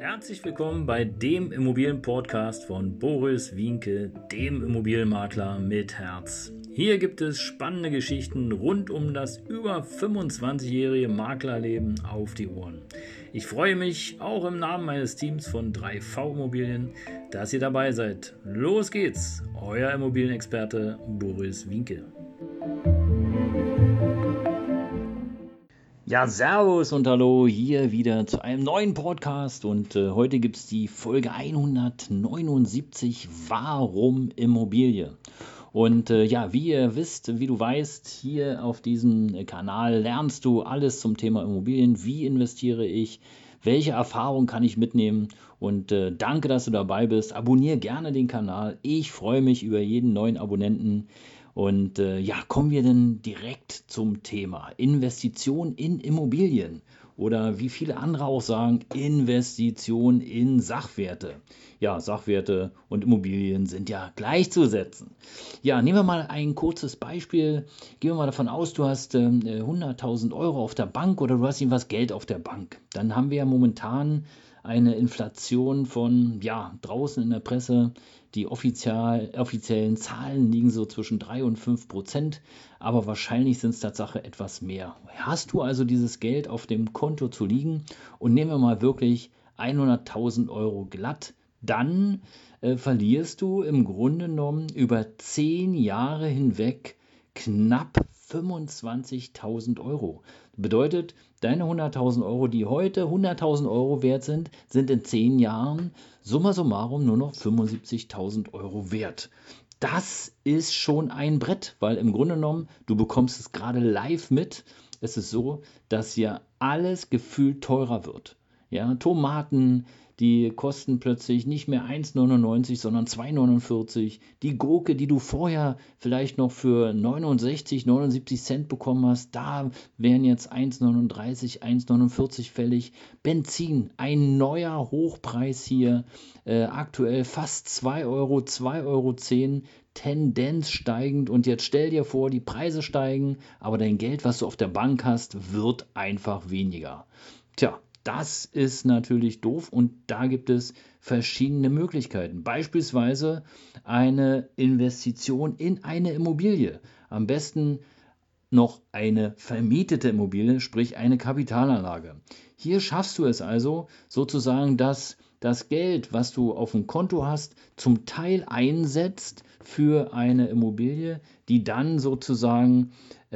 Herzlich willkommen bei dem Immobilienpodcast von Boris Wienke, dem Immobilienmakler mit Herz. Hier gibt es spannende Geschichten rund um das über 25-jährige Maklerleben auf die Ohren. Ich freue mich auch im Namen meines Teams von 3V Immobilien, dass ihr dabei seid. Los geht's, euer Immobilienexperte Boris Wienke. Ja, servus und hallo, hier wieder zu einem neuen Podcast und heute gibt es die Folge 179, Warum Immobilie? Und wie ihr wisst, wie du weißt, hier auf diesem Kanal lernst du alles zum Thema Immobilien. Wie investiere ich? Welche Erfahrung kann ich mitnehmen? Und danke, dass du dabei bist. Abonniere gerne den Kanal. Ich freue mich über jeden neuen Abonnenten. Und kommen wir denn direkt zum Thema Investition in Immobilien oder wie viele andere auch sagen, Investition in Sachwerte. Ja, Sachwerte und Immobilien sind ja gleichzusetzen. Ja, nehmen wir mal ein kurzes Beispiel. Gehen wir mal davon aus, du hast 100.000 Euro auf der Bank oder du hast irgendwas Geld auf der Bank. Dann haben wir ja momentan eine Inflation von, ja, draußen in der Presse, die offiziellen Zahlen liegen so zwischen 3 und 5%, aber wahrscheinlich sind es Tatsache etwas mehr. Hast du also dieses Geld auf dem Konto zu liegen und nehmen wir mal wirklich 100.000 Euro glatt, dann verlierst du im Grunde genommen über 10 Jahre hinweg knapp 25.000 Euro. Bedeutet, deine 100.000 Euro, die heute 100.000 Euro wert sind, sind in 10 Jahren summa summarum nur noch 75.000 Euro wert. Das ist schon ein Brett, weil im Grunde genommen, du bekommst es gerade live mit. Es ist so, dass ja alles gefühlt teurer wird. Ja, Tomaten, die kosten plötzlich nicht mehr 1,99, sondern 2,49. Die Gurke, die du vorher vielleicht noch für 69, 79 Cent bekommen hast, da wären jetzt 1,39, 1,49 fällig. Benzin, ein neuer Hochpreis hier, aktuell fast 2 Euro, 2,10 Euro. Tendenz steigend und jetzt stell dir vor, die Preise steigen, aber dein Geld, was du auf der Bank hast, wird einfach weniger. Tja, das ist natürlich doof und da gibt es verschiedene Möglichkeiten. Beispielsweise eine Investition in eine Immobilie. Am besten noch eine vermietete Immobilie, sprich eine Kapitalanlage. Hier schaffst du es also sozusagen, dass das Geld, was du auf dem Konto hast, zum Teil einsetzt für eine Immobilie, die dann sozusagen,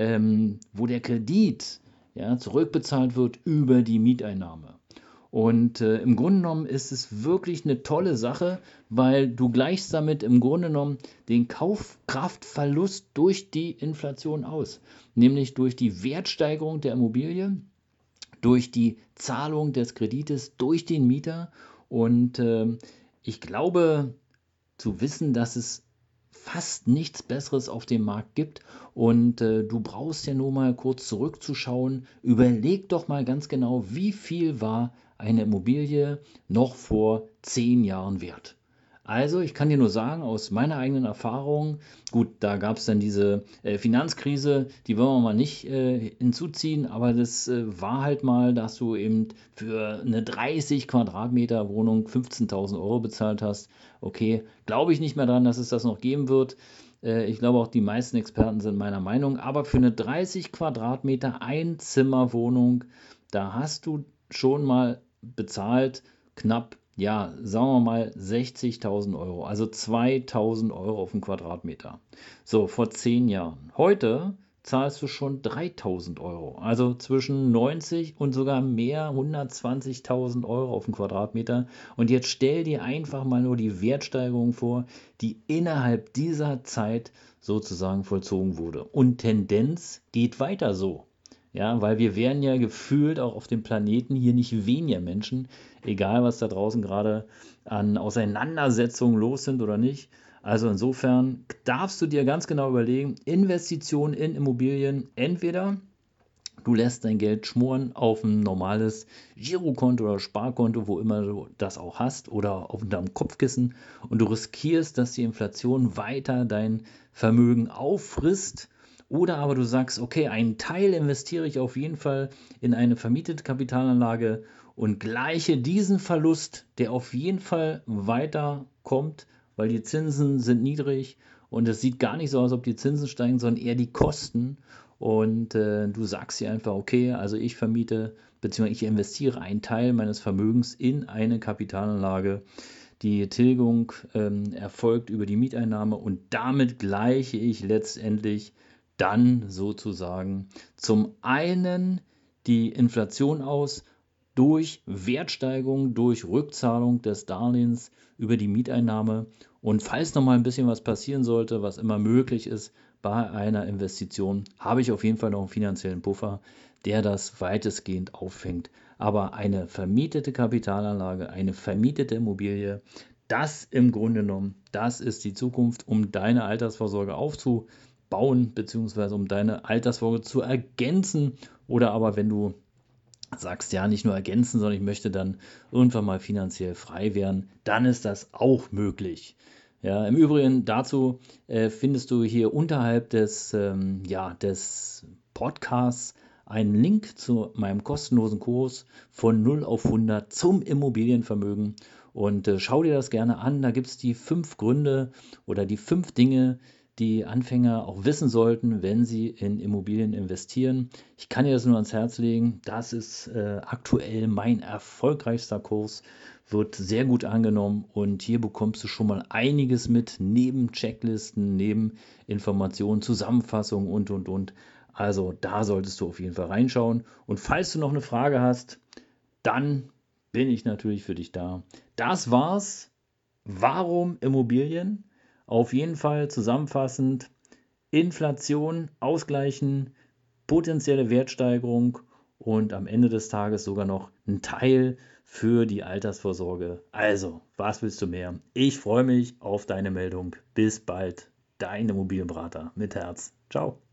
wo der Kredit zurückbezahlt wird über die Mieteinnahme. Und im Grunde genommen ist es wirklich eine tolle Sache, weil du gleichst damit im Grunde genommen den Kaufkraftverlust durch die Inflation aus, nämlich durch die Wertsteigerung der Immobilie, durch die Zahlung des Kredites, durch den Mieter. Und ich glaube zu wissen, dass es fast nichts Besseres auf dem Markt gibt. Und du brauchst ja nur mal kurz zurückzuschauen. Überleg doch mal ganz genau, wie viel war eine Immobilie noch vor 10 Jahren wert. Also, ich kann dir nur sagen, aus meiner eigenen Erfahrung, gut, da gab es dann diese Finanzkrise, die wollen wir mal nicht hinzuziehen, aber das war halt mal, dass du eben für eine 30 Quadratmeter Wohnung 15.000 Euro bezahlt hast. Okay, glaube ich nicht mehr dran, dass es das noch geben wird. Ich glaube auch, die meisten Experten sind meiner Meinung, aber für eine 30 Quadratmeter Einzimmerwohnung, da hast du schon mal bezahlt knapp, ja, sagen wir mal 60.000 Euro, also 2.000 Euro auf den Quadratmeter. So, vor 10 Jahren. Heute zahlst du schon 3.000 Euro, also zwischen 90 und sogar mehr 120.000 Euro auf den Quadratmeter. Und jetzt stell dir einfach mal nur die Wertsteigerung vor, die innerhalb dieser Zeit sozusagen vollzogen wurde. Und Tendenz geht weiter so. Ja, weil wir werden ja gefühlt auch auf dem Planeten hier nicht weniger Menschen, egal was da draußen gerade an Auseinandersetzungen los sind oder nicht. Also insofern darfst du dir ganz genau überlegen, Investitionen in Immobilien, entweder du lässt dein Geld schmoren auf ein normales Girokonto oder Sparkonto, wo immer du das auch hast, oder auf deinem Kopfkissen und du riskierst, dass die Inflation weiter dein Vermögen auffrisst. Oder aber du sagst, okay, einen Teil investiere ich auf jeden Fall in eine vermietete Kapitalanlage und gleiche diesen Verlust, der auf jeden Fall weiterkommt, weil die Zinsen sind niedrig und es sieht gar nicht so aus, ob die Zinsen steigen, sondern eher die Kosten. Und du sagst dir einfach, okay, also ich vermiete bzw. ich investiere einen Teil meines Vermögens in eine Kapitalanlage. Die Tilgung erfolgt über die Mieteinnahme und damit gleiche ich letztendlich dann sozusagen zum einen die Inflation aus durch Wertsteigerung, durch Rückzahlung des Darlehens über die Mieteinnahme. Und falls noch mal ein bisschen was passieren sollte, was immer möglich ist bei einer Investition, habe ich auf jeden Fall noch einen finanziellen Puffer, der das weitestgehend auffängt. Aber eine vermietete Kapitalanlage, eine vermietete Immobilie, das im Grunde genommen, das ist die Zukunft, um deine Altersvorsorge aufzubauen, beziehungsweise um deine Altersvorsorge zu ergänzen. Oder aber wenn du sagst, ja, nicht nur ergänzen, sondern ich möchte dann irgendwann mal finanziell frei werden, dann ist das auch möglich. Ja, im Übrigen dazu findest du hier unterhalb des Podcasts einen Link zu meinem kostenlosen Kurs von 0 auf 100 zum Immobilienvermögen. Und schau dir das gerne an. Da gibt es die 5 Gründe oder die 5 Dinge, die Anfänger auch wissen sollten, wenn sie in Immobilien investieren. Ich kann dir das nur ans Herz legen. Das ist aktuell mein erfolgreichster Kurs, wird sehr gut angenommen und hier bekommst du schon mal einiges mit, neben Checklisten, neben Informationen, Zusammenfassungen und. Also da solltest du auf jeden Fall reinschauen. Und falls du noch eine Frage hast, dann bin ich natürlich für dich da. Das war's. Warum Immobilien? Auf jeden Fall zusammenfassend: Inflation ausgleichen, potenzielle Wertsteigerung und am Ende des Tages sogar noch ein Teil für die Altersvorsorge. Also, was willst du mehr? Ich freue mich auf deine Meldung. Bis bald, dein Immobilienberater mit Herz. Ciao.